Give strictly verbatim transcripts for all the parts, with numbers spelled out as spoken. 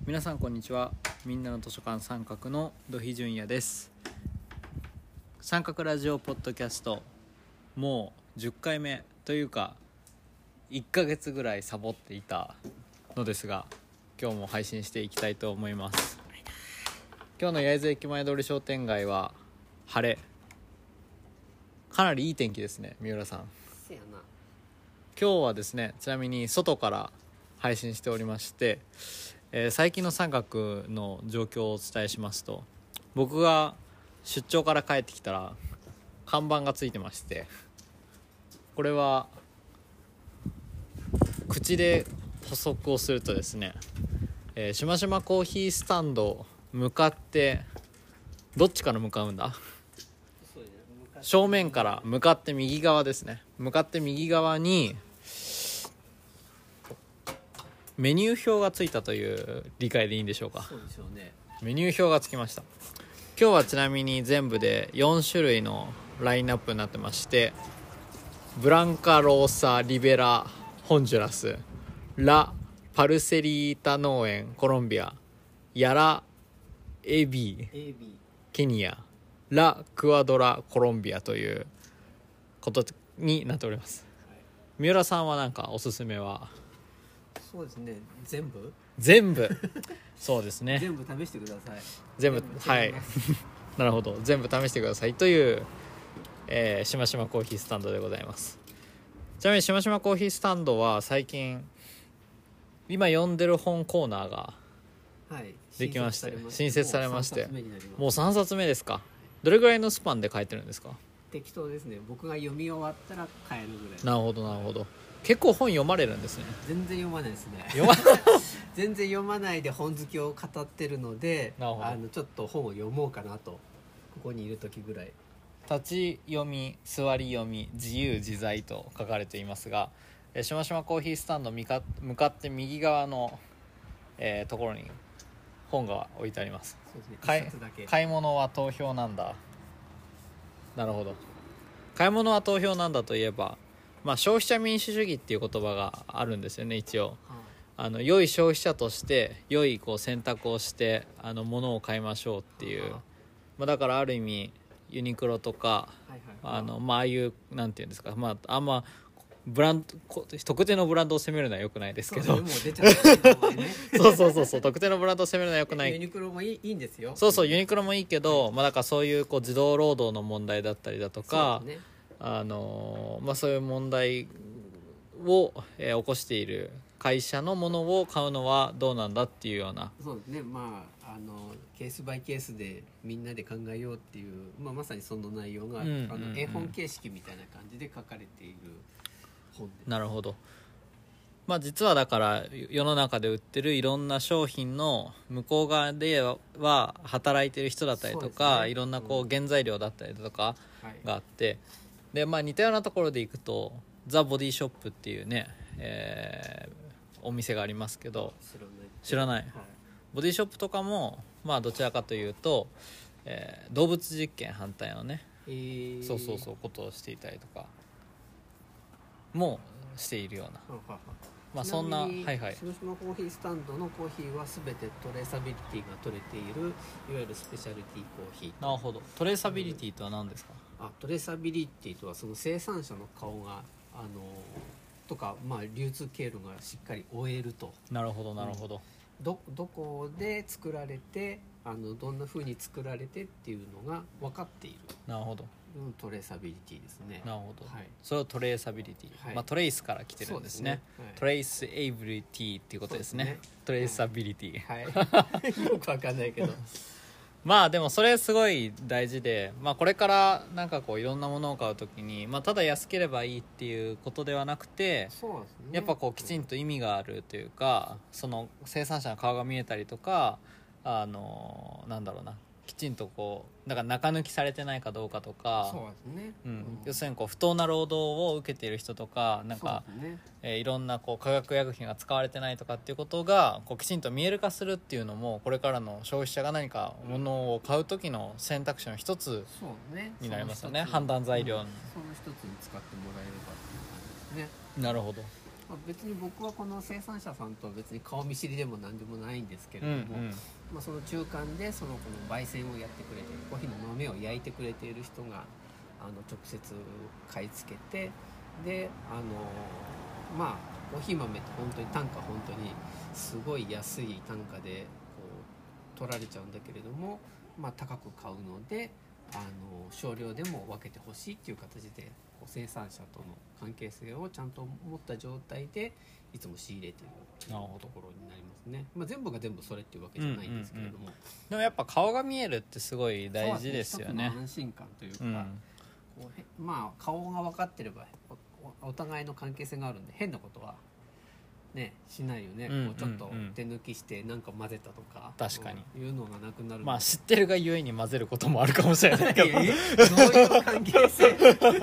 皆さんこんにちは。みんなの図書館三角の土肥純也です。三角ラジオポッドキャスト、もうじゅっかいめというかいっかげつぐらいサボっていたのですが、今日も配信していきたいと思います。今日の焼津駅前通り商店街は晴れ、かなりいい天気ですね。三浦さん、 せやな。 今日はですね、ちなみに外から配信しておりまして、えー、最近の三角の状況をお伝えしますと、僕が出張から帰ってきたら看板がついてまして、これは口で補足をするとですね、えー、しましまコーヒースタンド向かって、どっちから向かうんだ？正面から向かって右側ですね。向かって右側にメニュー表がついたという理解でいいんでしょうか。 そうでしょうね。 メニュー表がつきました。今日はちなみに全部でよん種類のラインナップになってまして、ブランカローサリベラホンジュラス、ラパルセリータ農園コロンビア、ヤラエビエービーケニア、ラクアドラコロンビアということになっております。三浦さんは何かおすすめは？ そうですね。全部全部そうですね、 全部試してください。 全部はい違いますなるほど、全部試してくださいという、えー、しましまコーヒースタンドでございます。ちなみにしましまコーヒースタンドは最近今読んでる本コーナーがはいできまして新設されま新設されましてもうさんさつめになります。 もうさんさつめですか。どれぐらいのスパンで書いてるんですか？ 適当ですね。僕が読み終わったら買えるぐらい。 なるほどなるほど、結構本読まれるんですね。 全然読まないですね。 読ま全然読まないで本好きを語ってるので、 なるほどあのちょっと本を読もうかなと、ここにいる時ぐらい。 立ち読み、座り読み、自由自在と書かれていますが、えーしましまコーヒースタンド向か向かって右側の、えーところに本が置いてあります。 そうですね。 買い一冊だけ。 買い物は投票なんだ。なるほど、買い物は投票なんだといえば、まあ、消費者民主主義っていう言葉があるんですよね。一応はあの良い消費者として良いこう選択をしてあの物を買いましょうっていう、 はまあ、だからある意味ユニクロとかいはいはい。 あの、まあ、ああいうなんていうんですか、まあ、あんまブランドこ特定のブランドを責めるのは良くないですけど、 そうもう出ちゃった名前ね。 そうそうそうそう特定のブランドを責めるのは良くない。 ユニクロもいい、いいんですよ。 そうそうユニクロもいいけど、まあ、だからそういうこう児童労働の問題だったりだとか、 そうですね。 あのまあ、そういう問題を、えー起こしている会社のものを買うのはどうなんだっていうような。 そうですね。まああのケースバイケースでみんなで考えようっていう、まあ、まさにその内容が、 うんうんうんあの絵本形式みたいな感じで書かれている本です。 なるほど。まあ、実はだから世の中で売ってるいろんな商品の向こう側では働いてる人だったりとそうか、 ですねいろんなこううん原材料だったりとかはいがあって、で、まあ、似たようなところでいくとザ・ボディショップっていうね、えーお店がありますけど、 知らない知らないはいボディショップとかも、まあ、どちらかというと、えー動物実験反対のね、 えー、 そうそうそうことをしていたりとかもしているような、 はははまあ、そんなちみにはいはいしましまコーヒースタンドのコーヒーは全てトレーサビリティが取れている、いわゆるスペシャリティコーヒー。 なるほど。トレーサビリティとは何ですか？ あトレーサビリティとはその生産者の顔があのとか、まあ、流通経路がしっかり追えると、 なるほどなるほど、 どどこで作られて、あのどんな風に作られてっていうのが分かっている、 なるほどうん、トレーサビリティですね。 なるほど、 はい、 それをトレーサビリティ、 はいまあ、トレイスから来てるんですね。 そうですねはいトレイスエイビリティっていうことですね。 そうですねトレーサビリティ、 はいよくわかんないけどまあでもそれすごい大事で、まあ、これからなんかこういろんなものを買うときに、まあ、ただ安ければいいっていうことではなくて、 そうですね。 やっぱこうきちんと意味があるというか、その生産者の顔が見えたりとか、あのなんだろうな、きちんとこうだから中抜きされてないかどうかとか、 そうですね。 うん、要するにこう不当な労働を受けている人とか、なんか、 そうですね。 えーいろんなこう化学薬品が使われてないとかっていうことがこうきちんと見える化するっていうのも、これからの消費者が何か物を買う時の選択肢の一つそうね。 になりますよね。 その一つ判断材料に、 うんその一つに使ってもらえればっていう感じですね。 なるほど。 まあ、別に僕はこの生産者さんとは別に顔見知りでも何でもないんですけれども、 うんうんまあ、その中間でそのこの焙煎をやってくれているコーヒーの豆を焼いてくれている人があの直接買い付けて、であのまあコーヒー豆って本当に単価本当にすごい安い単価でこう取られちゃうんだけれども、まあ、高く買うのであの少量でも分けてほしいっていう形でこう生産者との関係性をちゃんと持った状態でいつも仕入れてるっていうところになりますね。まあ、全部が全部それっていうわけじゃないんですけれども、 うんうんうん、でもやっぱ顔が見えるってすごい大事ですよね。 一つの安心感というか、 うん、 こうまあ顔が分かってれば お, お互いの関係性があるんで変なことはね、しないよね、 うんうんうん、 こうちょっと手抜きして何か混ぜたとか確かに、 うん、いうのがなくなる。 まあ知ってるがゆえに混ぜることもあるかもしれないけどどういう関係性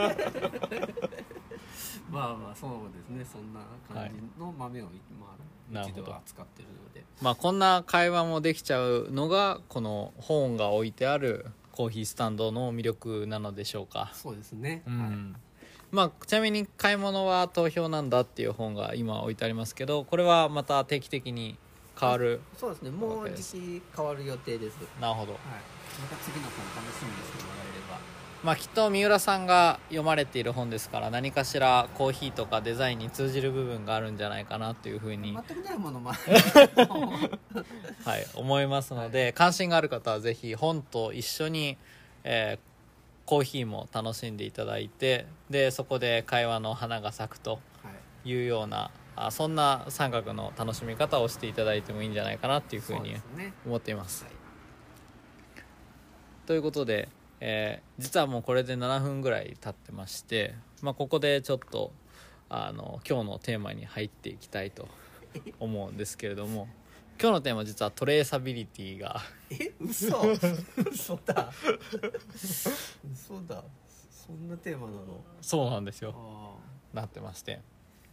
まあまあそうですね、そんな感じの豆を、まあ、一度は扱ってるので、 まあこんな会話もできちゃうのがこの本が置いてあるコーヒースタンドの魅力なのでしょうか。 そうですね、 うん、 はい。 まあ、ちなみに買い物は投票なんだっていう本が今置いてありますけど、これはまた定期的に変わる。 そうですね、もう時期変わる予定です。 なるほど、 はい、また次の本楽しみにしてもらえれば。 まあ、きっと三浦さんが読まれている本ですから何かしらコーヒーとかデザインに通じる部分があるんじゃないかなというふうに全くないものもはい、思いますので、はい、関心がある方はぜひ本と一緒に、えーコーヒーも楽しんでいただいて、でそこで会話の花が咲くというような、はい、あそんな三角の楽しみ方をしていただいてもいいんじゃないかなっていうふうに思っています。 はい、 ということで、えー、実はもうこれでななふんぐらい経ってまして、まあ、ここでちょっとあの今日のテーマに入っていきたいと思うんですけれども今日のテーマ実はトレーサビリティがえ嘘嘘だ嘘だそんなテーマなの。 そうなんですよ、なってまして、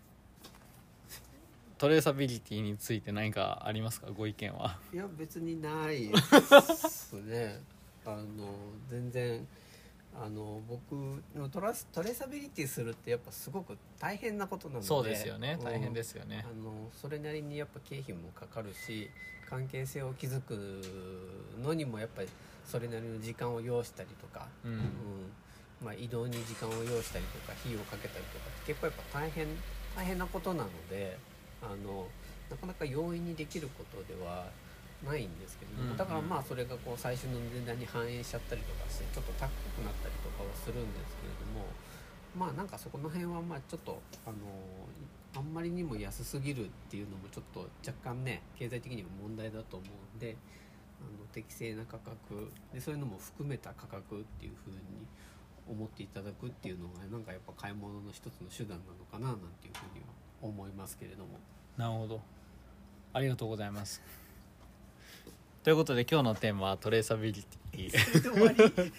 トレーサビリティについて何かありますか、ご意見は。 いや別にないですねあの全然あの僕のトラストレーサビリティするってやっぱすごく大変なことなので。 そうですよね、大変ですよね、 うん、あのそれなりにやっぱ経費もかかるし関係性を築くのにもやっぱりそれなりの時間を要したりとか、 うんうんまあ、移動に時間を要したりとか費用をかけたりとかって結構やっぱ大変大変なことなのであのなかなか容易にできることではないんですけども、うんうん、だからまあそれがこう最終の値段に反映しちゃったりとかしてちょっと高くなったりとかはするんですけれども、まあなんかそこの辺はまあちょっとあのあんまりにも安すぎるっていうのもちょっと若干ね経済的にも問題だと思うんで、あの適正な価格でそういうのも含めた価格っていう風に思っていただくっていうのがなんかやっぱ買い物の一つの手段なのかななんていう風には思いますけれども。 なるほど、ありがとうございます。ということで今日のテーマはトレーサビリティ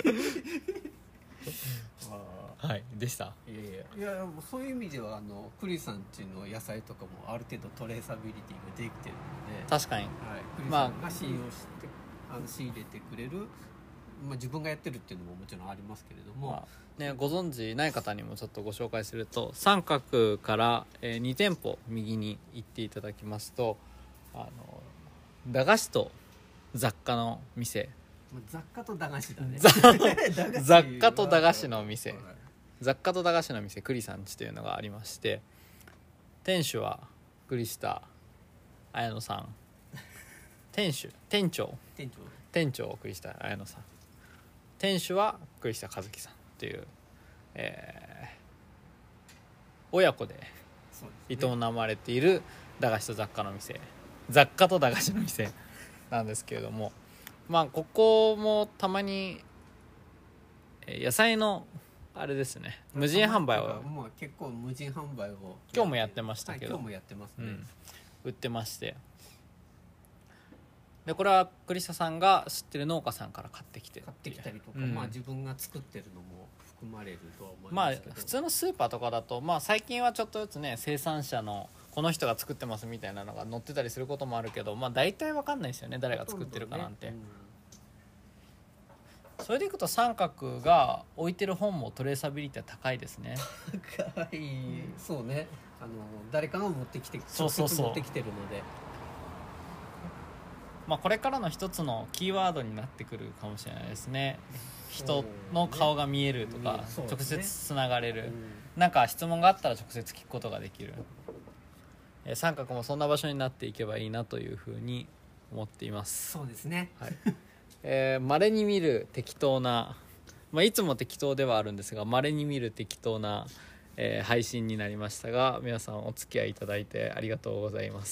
はいでした。 いやいやいやもうそういう意味ではあのクリさんちの野菜とかもある程度トレーサビリティができてるので、 確かに、 はい、クリさんが信用して、まあ、あの仕入れてくれる、まあ、自分がやってるっていうのももちろんありますけれども、まあね、ご存知ない方にもちょっとご紹介すると三角から、えー、に店舗右に行っていただきますとあの駄菓子と雑貨の店、 雑貨と駄菓子だね雑貨と駄菓子の店、雑貨と駄菓子の店栗さんちというのがありまして、店主は栗下綾乃さん、店主店長店長店長栗下綾乃さん、店主は栗下和樹さんという、えー、親子で営まれている駄菓子と雑貨の店、雑貨と駄菓子の店なんですけれども、まあここもたまに野菜のあれですね、無人販売をもう結構無人販売を今日もやってましたけど、 はい、今日もやってますね、うん、 売ってまして、でこれは栗下さんが知ってる農家さんから買ってきて買ってきたりとか、 うん、 まあ自分が作ってるのも含まれるとは思いますけど、 まあ普通のスーパーとかだと、まあ最近はちょっとずつね生産者のこの人が作ってますみたいなのが載ってたりすることもあるけど、まあ大体わかんないですよね、誰が作ってるかなんて、ね、 それでいくと三角が置いてる本もトレーサビリティは高いですね。 高い、そうね、あの誰かが持ってきてそうそうそう直接持ってきてるので、 まあこれからの一つのキーワードになってくるかもしれないですね。人の顔が見えるとか、 そうね直接つながれる、 うんなんか質問があったら直接聞くことができる、えー三角もそんな場所になっていけばいいなというふうに思っています。 そうですね、 はい、えー、稀に見る適当な、まあ、いつも適当ではあるんですが稀に見る適当な、えー配信になりましたが、皆さんお付き合いいただいてありがとうございます。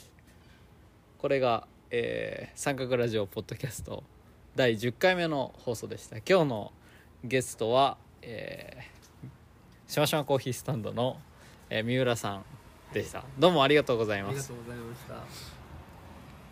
これが、えー、三角ラジオポッドキャストだいじゅっかいめの放送でした。今日のゲストは、えー、しましまコーヒースタンドの、えー三浦さんでした。どうもありがとうございあます。 りがとうございました。